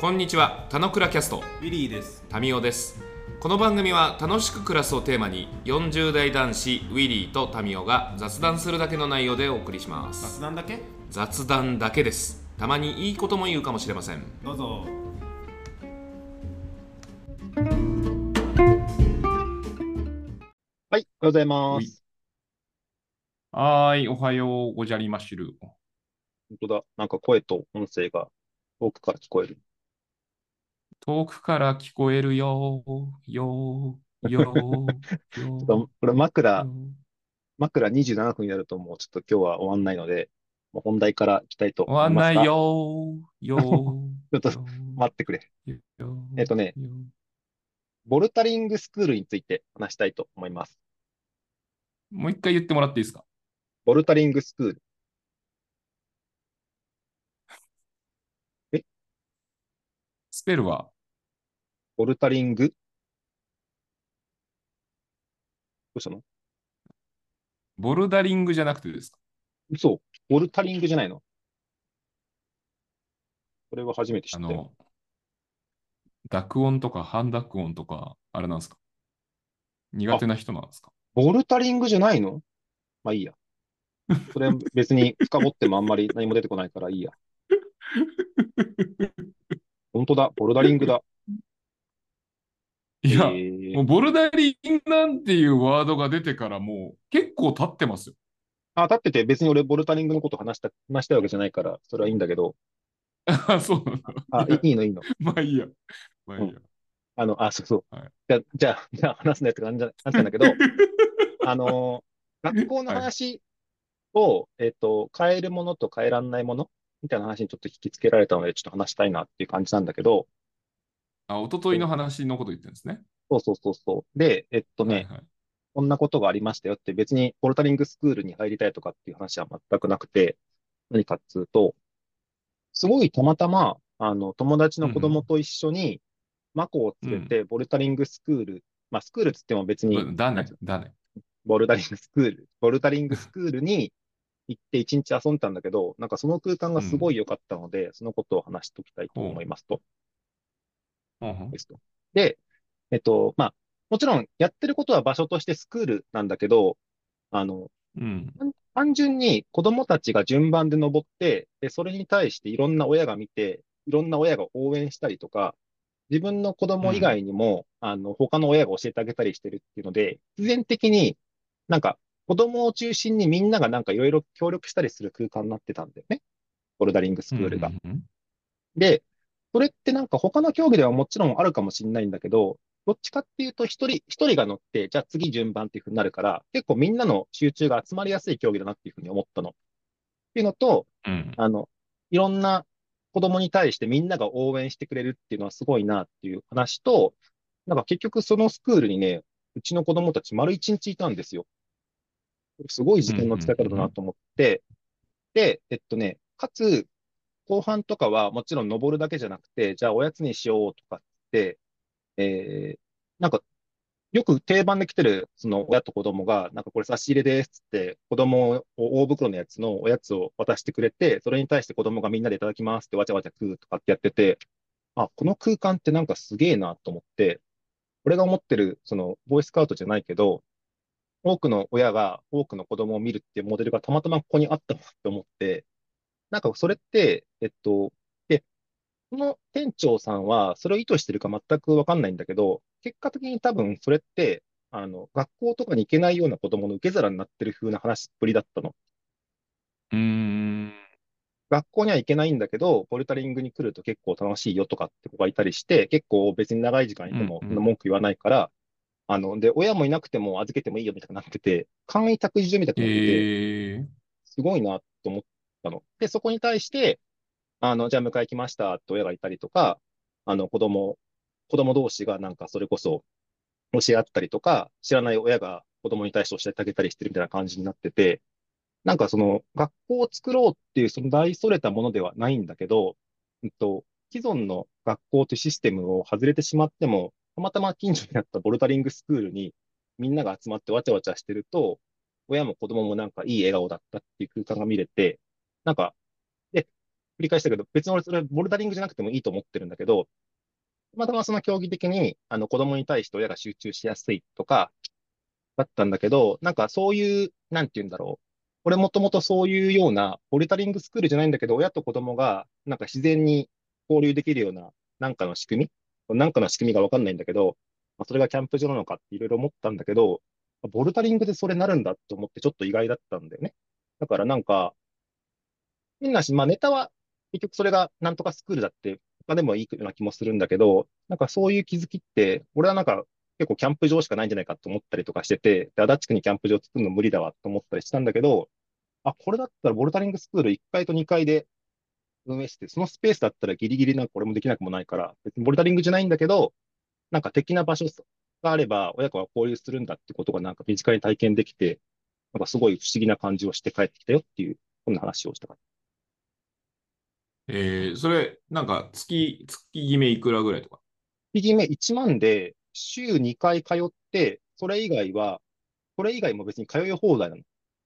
こんにちは、たのくらキャストウィリーです。 タミオです。この番組は楽しく暮らすをテーマに40代男子ウィリーとタミオが雑談するだけの内容でお送りします。 雑談だけ？ 雑談だけです。たまにいいことも言うかもしれません。 どうぞ。 はい、おはようございまうい。 す。 はーい、おはようごじゃりましる。 本当だ。なんか声と音声が遠くから聞こえる。 遠くから聞こえるよ、よ、よ、よ、 これ枕よ。 27分になるともうちょっと今日は終わんないので、もう本題から行きたいと終わんない思いますが、 よ、よ、 ちょっとよ、 待ってくれ。 よ、よ。 ボルタリングスクールについて話したいと思います。 もう一回言ってもらっていいですか？ ボルタリングスクール。えスペルは、 ボルタリングどうしたの？ ボルダリングじゃなくてですか？ 嘘。ボルタリングじゃないの？これは初めて知ったよ。 あの、濁音とか半濁音とか、あれなんですか？苦あ、 手な人なんですか？ ボルタリングじゃないの？まあいいや。それは別に深掘ってもあんまり何も出てこないからいいや。本当だ。ボルダリングだ。 いや、もうえーボルダリングなんていうワードが出てからもう結構経ってますよ。 立ってて別に俺ボルタリングのこと話したいわけじゃないから、それはいいんだけど、 あ、そうなんだ。いや、 いいのいいの。 まあいいや。まあうん。 いいや。 そうそう。 はい。 じゃあ話すのやつがなんじゃんだけど、あの学校のはい。 話を、変えるものと変えらんないものみたいな話にちょっと引きつけられたので、ちょっと話したいなっていう感じなんだけど、 あ、一昨日のえ話のこと言ってるんですね。 そうそうそうそう。で、 はいはい。 こんなことがありましたよって別にボルタリングスクールに入りたいとかっていう話は全くなくて、何かっつうと、すごいたまたま、友達の子供うんと一緒に、マコをうん。 連れて、ボルダリングスクール、まあ、スクールつっても別に、 だね。 なんつうの、 だね。 ボルダリングスクールに行って一日遊んでたんだけど、なんかその空間がうん。 すごい良かったので、そのことを話しておきたいとほう。 思いますと。 ほうほう。 ですと。で、まあ、もちろんやってることは場所としてスクールなんだけど、あの、 うん。 単純に子供たちが順番で登って、で、それに対していろんな親が見て、いろんな親が応援したりとか、自分の子供以うん。 外にも、他の親が教えてあげたりしてるっていうので、必然的になんか子供を中心にみんながなんかいろいろ協力したりする空間になってたんだよね。ボルダリングスうん。うクールが。 ん。 で、それってなんか他の競技ではもちろんあるかもしれないんだけど、どっちかっていうと一人が乗って、じゃあ次順番っていう風になるから、結構みんなの集中が集まりやすい競技だなっていうふうに思ったの。っていうのと、 うん。 あの、いろんな子供に対してみんなが応援してくれるっていうのはすごいなっていう話と、なんか結局そのスクールにね、うちの子供たち丸一日いたんですよ。すごい時うん。う間の使い方だなん。 と思って、で、かつ、後半とかはもちろん登るだけじゃなくて、じゃあおやつにしようとかって、なんかよく定番で来てる、その親と子供が、なんかこれ差し入れですっつって、子供を大袋のやつのおやつを渡してくれて、それに対して子供がみんなでいただきますってわちゃわちゃ食うとかってやってて、この空間ってなんかすげえなと思って、俺が思ってる、その、ボーイスカウトじゃないけど、多くの親が多くの子供を見るっていうモデルがたまたまここにあったなって思って、なんかそれって、で、この店長さんはそれを意図してるか全くわかんないんだけど、結果的に多分それって、学校とかに行けないような子供の受け皿になってる風な話っぷりだったの。 うん。 学校には行けないんだけど、ボルタリングに来ると結構楽しいよとかって子がいたりして、結構別に長い時間いうん。 てもうん。 文句言わないから、で、親もいなくても預けてもいいよみたいになってて、簡易託児所みたいになってて、 えー。 すごいなと思ったの。で、そこに対して、じゃあ迎え来ましたって親がいたりとか、あの子供、子供同士がなんかそれこそ教え合ったりとか、知らない親が子供に対して教えてあげたりしてるみたいな感じになってて、なんかその学校を作ろうっていうその大それたものではないんだけど、既存の学校というシステムを外れてしまっても、たまたま近所にあったボルダリングスクールにみんなが集まってわちゃわちゃしてると、親も子供もなんかいい笑顔だったっていう空間が見れて、なんか、で、 繰り返したけど、別に俺それボルダリングじゃなくてもいいと思ってるんだけど、たまたまその競技的に、子供に対して親が集中しやすいとか、だったんだけど、なんかそういう、なんて言うんだろう。俺もともとそういうような、ボルダリングスクールじゃないんだけど、親と子供が、なんか自然に交流できるような、なんかの仕組なんかの仕組みがわかんないんだけど、まあ、それがキャンプ場なのかっていろいろ思ったんだけど、ボルダリングでそれなるんだと思ってちょっと意外だったんだよね。だからなんか、みんなし、まあネタは結局それがなんとかスクールだって他でもいいような気もするんだけど、なんかそういう気づきって、俺はなんか結構キャンプ場しかないんじゃないかと思ったりとかしてて、で足立区にキャンプ場作るの無理だわと思ったりしたんだけど、あ、これだったらボルダリングスクール1階と2階で運営して、そのスペースだったらギリギリなんか俺もできなくもないから、別にボルダリングじゃないんだけど、なんか的な場所があれば親子が交流するんだってことがなんか身近に体験できて、なんかすごい不思議な感じをして帰ってきたよっていう、こんな話をしたかった。 それ、なんか月決めいくらぐらいとか。 月目1万で週2回通って、それ以外も別に通い放題なの。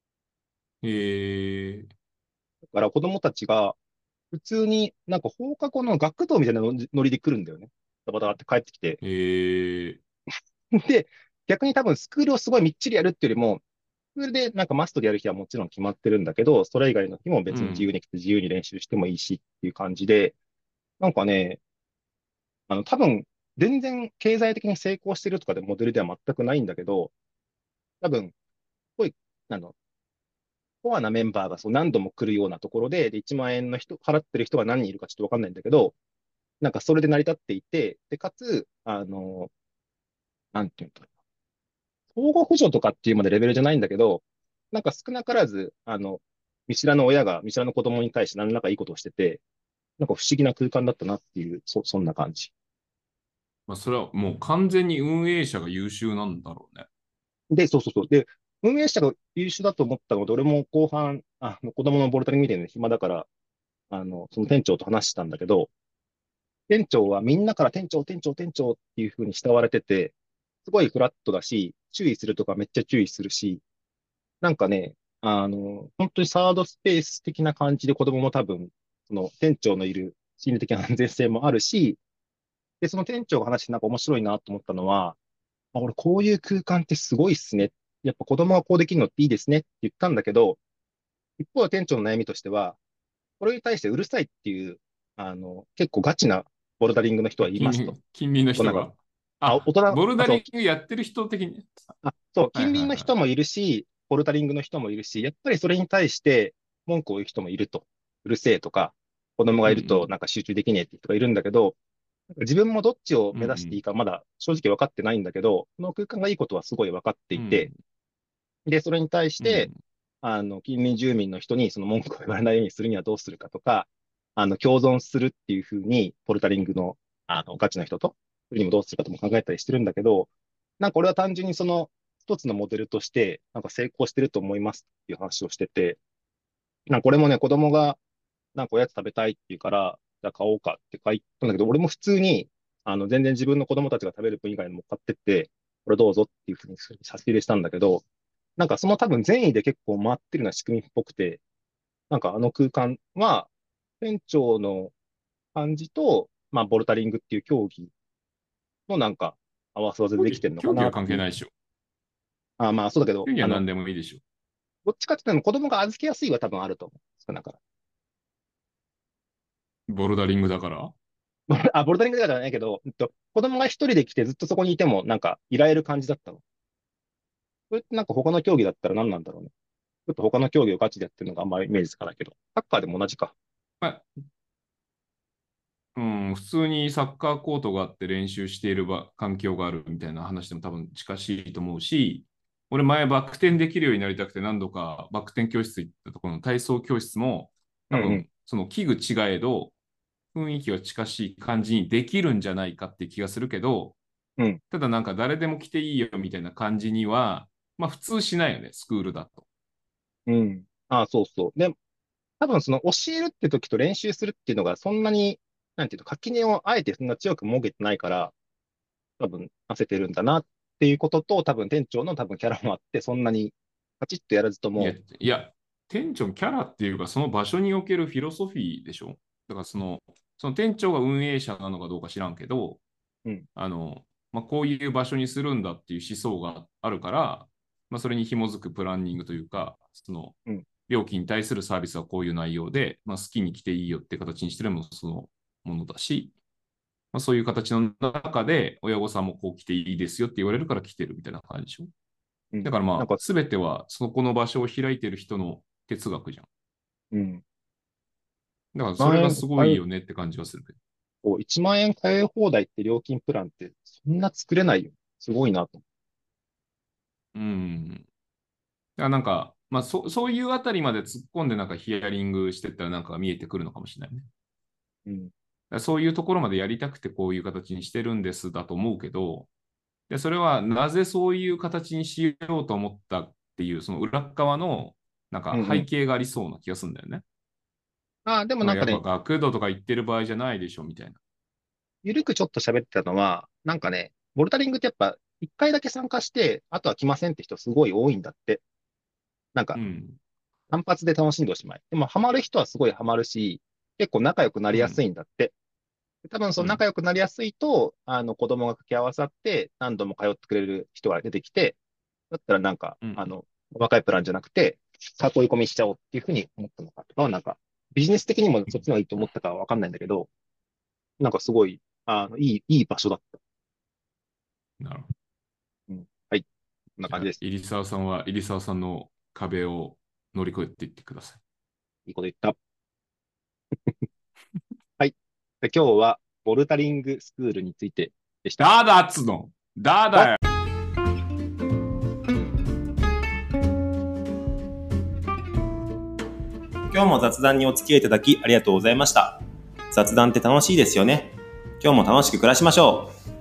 えだから子供たちが普通になんか放課後の学童みたいなノリで来るんだよね。ダバダバって帰ってきて。 ー、 で、逆に多分スクールをすごいみっちりやるっていうよりも、スクールでなんかマストでやる日はもちろん決まってるんだけど、それ以外の日も別に自由うん。 に来て自由に練習してもいいしっていう感じで、なんかね、多分全然経済的に成功してるとかでモデルでは全くないんだけど、多分、すごい、あの、コアなメンバーがそう何度も来るようなところで、1万円の払ってる人が何人いるかちょっとわかんないんだけど、なんかそれで成り立っていて、で、かつ、なんていうの、相互扶助とかっていうまでレベルじゃないんだけど、なんか少なからず、見知らぬ親が見知らぬ子供に対して何らかいいことをしてて、なんか不思議な空間だったなっていう、そんな感じ。 まあ、それはもう完全に運営者が優秀なんだろうね。 で、そうそうそう。で、運営者が優秀だと思ったので、俺も後半、子供のボルダリングみたいな暇だから、その店長と話したんだけど、店長はみんなから店長、店長、店長っていう風に慕われてて、すごいフラットだし、注意するとかめっちゃ注意するし、なんかね、本当にサードスペース的な感じで子供も多分、その店長のいる心理的な安全性もあるし、で、その店長が話してなんか面白いなと思ったのは、俺こういう空間ってすごいっすね。やっぱ子供がこうできるのっていいですねって言ったんだけど、一方で店長の悩みとしては、これに対してうるさいっていう、結構ガチなボルダリングの人はいますと。 近隣の大人が。 人が。あ、 大人、 ボルダそう、 リングやってる人的に。 そう、近はいはいはい。 隣の人もいるし、ボルダリングの人もいるし、やっぱりそれに対して文句を言う人もいると。うるせえとか、子供がいるとうんなんか集中できねえって人がいるんだけど、なんか自分もどっちをうん。うん目指していいかまだ正直分かってないんだけど、この空間がいいことはすごい分かってうん。 いて、で、それに対して、 うん。 近隣住民の人にその文句を言われないようにするにはどうするかとか、共存するっていうふうに、ポルタリングの、ガチの人と、にもどうするかとも考えたりしてるんだけど、なんか俺は単純にその、一つのモデルとして、なんか成功してると思いますっていう話をしてて、なんかこれもね、子供が、なんかおやつ食べたいって言うから、じゃあ買おうかって買ったんだけど、俺も普通に、全然自分の子供たちが食べる分以外のも買ってって、これどうぞっていうふうに差し入れしたんだけど、なんかその多分善意で結構回ってるような仕組みっぽくて、なんかあの空間は、店長の感じと、まあ、ボルタリングっていう競技のなんか合わせ技でできてるのか競技はなっていう。 関係ないでしょ。 まあそうだけど、 競技は何でもいいでしょ。 どっちかっていうと子供が預けやすいは多分あると思う。少なからボルダリングだから。 ず。ボルタリングだからじゃないけど、子供が一人で来てずっとそこにいてもなんかいられる感じだったの。それってなんか他の競技だったら何なんだろうね。ちょっと他の競技をガチでやってるのがあんまりイメージつかないけど、サッカーでも同じか。 まあ、うん、普通にサッカーコートがあって練習している環境があるみたいな話でも多分近しいと思うし、俺前バク転できるようになりたくて何度かバク転教室行ったところの体操教室も多分うんその器具違えど雰囲気は近しい感じにできるんじゃないかって気がするけど、 うん。うん。 ただなんか誰でも来ていいよみたいな感じには、まあ普通しないよね、スクールだと。 うん。そうそう。で、多分その教えるって時と練習するっていうのがそんなに、なんていうの、垣根をあえてそんな強く設けてないから、多分焦せてるんだなっていうことと、多分店長の多分キャラもあって、そんなにパチッとやらずといや、 も、 いや、 店長のキャラっていうか、その場所におけるフィロソフィーでしょ。だからその店長が運営者なのかどうか知らんけど、 うん。 こういう場所にするんだっていう思想があるから、それに紐づくプランニングというか、 うん。 料金に対するサービスはこういう内容で、好きに来ていいよって形にしてるのもそのものだし、そういう形の中で親御さんもこう来ていいですよって言われるから来てるみたいな感じでしょ。 うん。 だからなんか、 すべてはそこの場所を開いてる人の哲学じゃん。 うん。 だからそれ万円、 がすごいよねって感じはするけど。 1万円買い放題って料金プランってそんな作れないよ。すごいなと。 うん。だからそういうあたりまで突っ込んでヒアリングしてったら見えてくるのかもしれないね。 うん。 そういうところまでやりたくてこういう形にしてるんですだと思うけど、で、それはなぜそういう形にしようと思ったっていう、その裏側の背うんうん。 景がありそうな気がするんだよね。 でもだからやっぱなんかね、 学童とか言ってる場合じゃないでしょみたいな。 ゆるくちょっと喋ってたのは、なんかね、ボルダリングってやっぱ一回だけ参加して、あとは来ませんって人すごい多いんだって。なんかうん。 単発で楽しんでおしまい。でもハマる人はすごいハマるし、結構仲良くなりやすうん。 いんだって。多分そうん。 の仲良くなりやすいと、子供が掛け合わさって何度も通ってくれる人が出てきて、だったらうん。 若いプランじゃなくて、囲い込みしちゃおうっていうふうに思ったのかとかは、ビジネス的にもそっちの方がいいと思ったかはわかんないんだけど、すごい、いい場所だった。 なるほど。 うん。はい。こんなじゃあ、 感じです。 入澤さんの壁を乗り越えていってください。 いいこと言った。はい。で、今日は、ボルダリングスクールについてでした。 だだっつのだだよ。 今日も雑談にお付き合いいただきありがとうございました。雑談って楽しいですよね。今日も楽しく暮らしましょう。